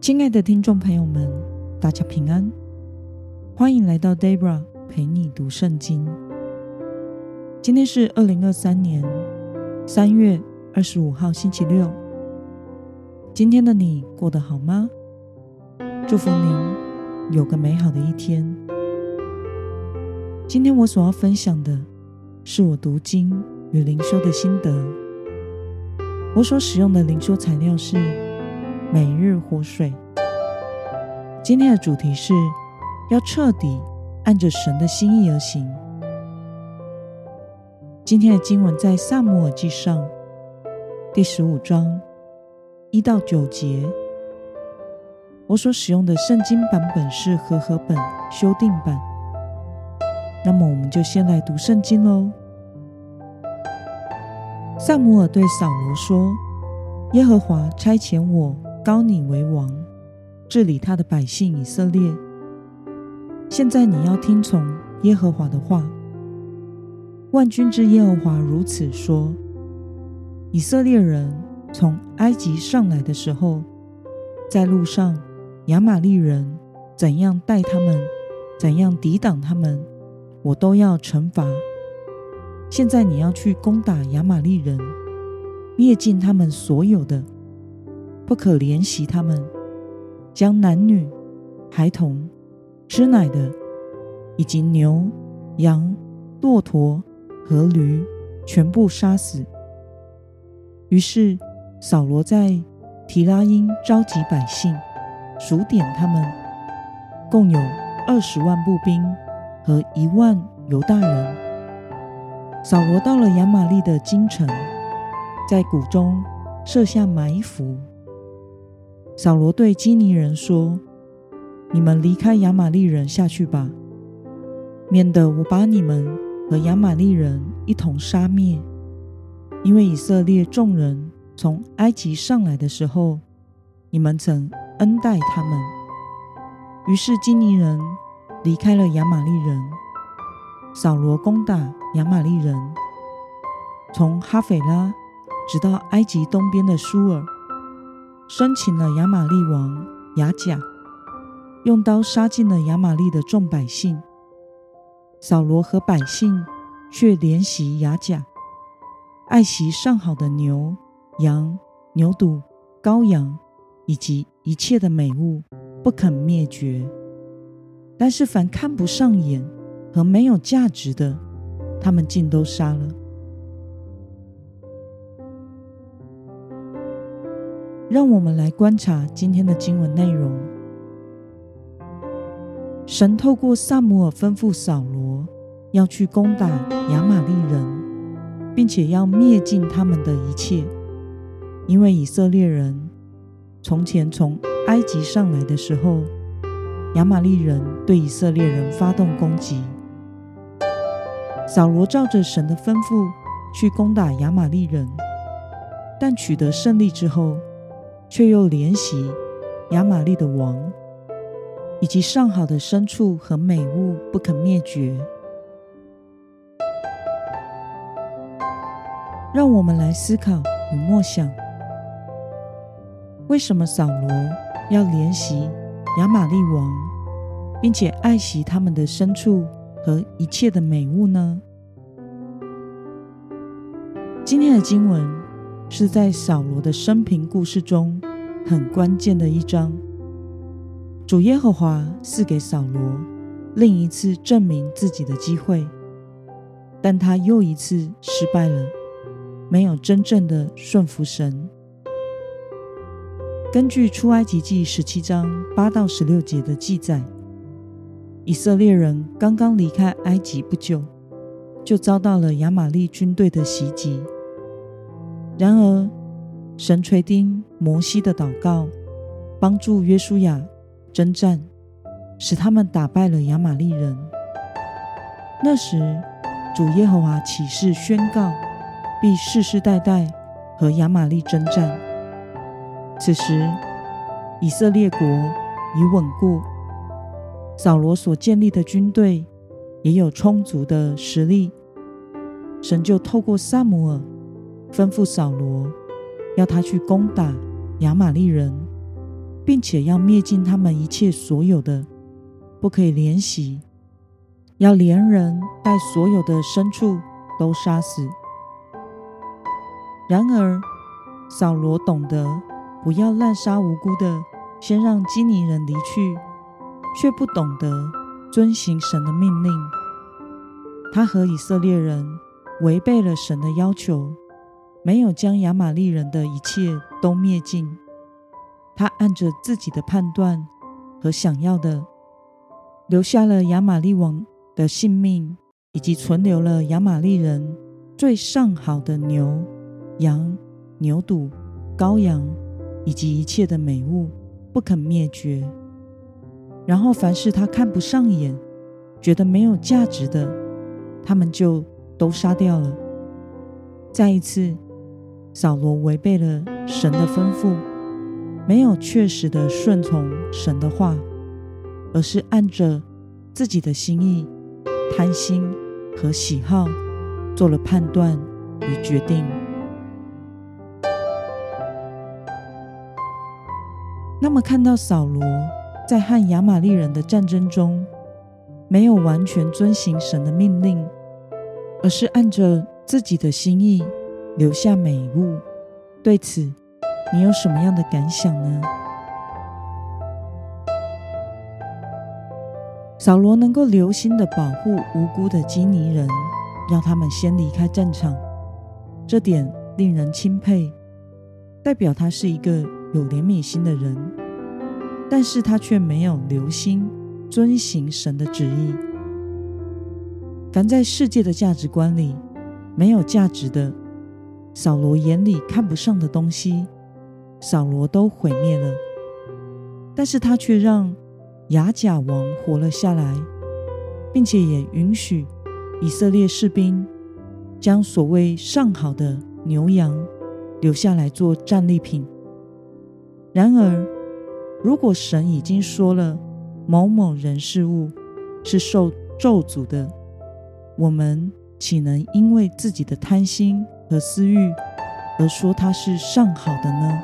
亲爱的听众朋友们，大家平安，欢迎来到 Debra 陪你读圣经。今天是2023年3月25号星期六。今天的你过得好吗？祝福您有个美好的一天。今天我所要分享的是我读经与灵修的心得。我所使用的灵修材料是每日活水。今天的主题是要彻底按着神的心意而行。今天的经文在撒母耳记上第15章1到9节。我所使用的圣经版本是和合本修订版。那么我们就先来读圣经咯。撒母耳对扫罗说：耶和华差遣我膏你为王，治理他的百姓以色列。现在你要听从耶和华的话。万军之耶和华如此说：以色列人从埃及上来的时候，在路上亚玛力人怎样待他们，怎样抵挡他们，我都要惩罚。现在你要去攻打亚玛力人，灭尽他们所有的，不可怜惜他们，将男女、孩童、吃奶的，以及牛、羊、骆驼和驴全部杀死。于是扫罗在提拉因召集百姓，数点他们，共有20万步兵和1万犹大人。扫罗到了亚玛力的京城，在谷中设下埋伏。扫罗对基尼人说：你们离开亚玛力人下去吧，免得我把你们和亚玛力人一同杀灭。因为以色列众人从埃及上来的时候，你们曾恩待他们。于是基尼人离开了亚玛力人。扫罗攻打亚玛力人，从哈斐拉直到埃及东边的舒尔，生擒了亚玛力王亚甲，用刀杀尽了亚玛力的众百姓。扫罗和百姓却怜惜亚甲，爱惜上好的牛、羊、牛犊、羔羊，以及一切的美物，不肯灭绝。但是凡看不上眼和没有价值的，他们尽都杀了。让我们来观察今天的经文内容。神透过撒母耳吩咐扫罗要去攻打亚玛力人，并且要灭尽他们的一切。因为以色列人从前从埃及上来的时候，亚玛力人对以色列人发动攻击。扫罗照着神的吩咐去攻打亚玛力人，但取得胜利之后，却又怜惜亚玛力的王，以及上好的牲畜和美物不肯灭绝。让我们来思考与默想，为什么扫罗要怜惜亚玛力王，并且爱惜他们的牲畜和一切的美物呢？今天的经文是在扫罗的生平故事中很关键的一章。主耶和华赐给扫罗另一次证明自己的机会，但他又一次失败了，没有真正的顺服神。根据出埃及记17章8到16节的记载，以色列人刚刚离开埃及不久，就遭到了亚玛力军队的袭击。然而神垂听摩西的祷告，帮助约书亚征战，使他们打败了亚玛力人。那时主耶和华起誓宣告，必世世代代和亚玛力征战。此时以色列国已稳固，扫罗所建立的军队也有充足的实力。神就透过撒母耳吩咐扫罗，要他去攻打亚玛力人， 并且要灭尽他们一切所有的，不可以怜惜，要连人带所有的牲畜都杀死。然而扫罗懂得不要滥杀无辜的，先让基尼人离去，却不懂得遵行神的命令。他和以色列人违背了神的要求，没有将亚玛力人的一切都灭尽。他按着自己的判断和想要的，留下了亚玛力王的性命，以及存留了亚玛力人最上好的牛、羊、牛犊、羔羊，以及一切的美物，不肯灭绝。然后凡是他看不上眼，觉得没有价值的，他们就都杀掉了。再一次，扫罗违背了神的吩咐，没有确实的顺从神的话，而是按着自己的心意、贪心和喜好做了判断与决定。那么看到扫罗在和亚玛力人的战争中，没有完全遵行神的命令，而是按着自己的心意留下美物，对此你有什么样的感想呢？扫罗能够留心地保护无辜的基尼人，让他们先离开战场，这点令人钦佩，代表他是一个有怜悯心的人。但是他却没有留心遵行神的旨意。凡在世界的价值观里没有价值的，扫罗眼里看不上的东西，扫罗都毁灭了。但是他却让亚甲王活了下来，并且也允许以色列士兵将所谓上好的牛羊留下来做战利品。然而如果神已经说了某某人事物是受咒诅的，我们岂能因为自己的贪心和私欲而说它是上好的呢？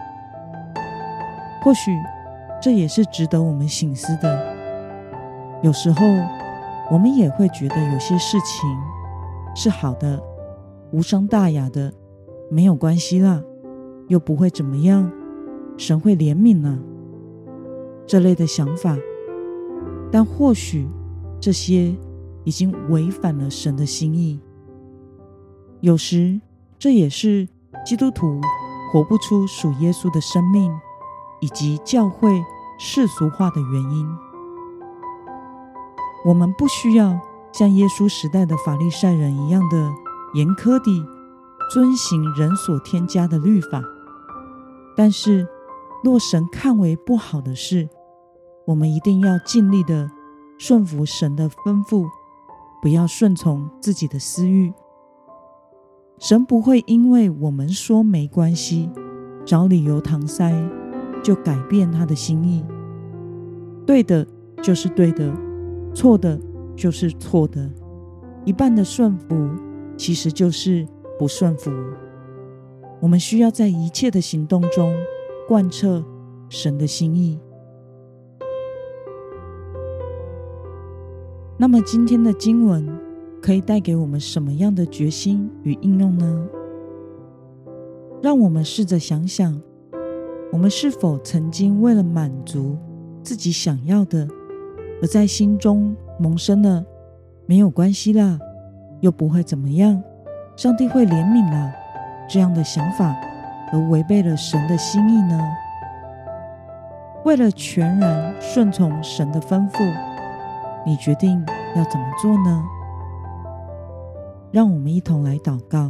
或许这也是值得我们省思的。有时候我们也会觉得有些事情是好的，无伤大雅的，没有关系啦，又不会怎么样，神会怜悯啊，这类的想法。但或许这些已经违反了神的心意。有时这也是基督徒活不出属耶稣的生命，以及教会世俗化的原因。我们不需要像耶稣时代的法利赛人一样的严苛地遵行人所添加的律法，但是若神看为不好的事，我们一定要尽力的顺服神的吩咐，不要顺从自己的私欲。神不会因为我们说没关系，找理由搪塞，就改变他的心意。对的就是对的，错的就是错的。一半的顺服其实就是不顺服。我们需要在一切的行动中贯彻神的心意。那么今天的经文可以带给我们什么样的决心与应用呢？让我们试着想想，我们是否曾经为了满足自己想要的，而在心中萌生了没有关系啦，又不会怎么样，上帝会怜悯啦，这样的想法，而违背了神的心意呢？为了全然顺从神的吩咐，你决定要怎么做呢？让我们一同来祷告。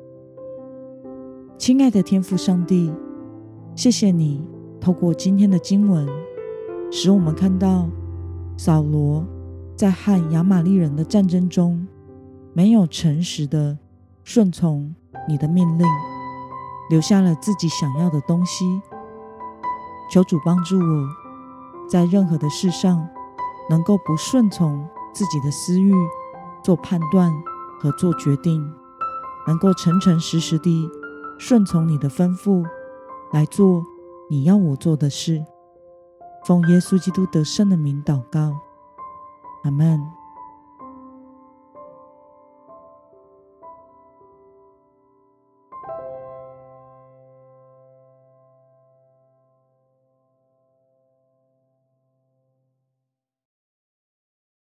亲爱的天父上帝，谢谢你透过今天的经文，使我们看到扫罗在和亚玛力人的战争中，没有诚实的顺从你的命令，留下了自己想要的东西。求主帮助我，在任何的事上能够不顺从自己的私欲，做判断和做决定，能够诚诚实实地顺从你的吩咐，来做你要我做的事。奉耶稣基督得胜的名祷告，阿们。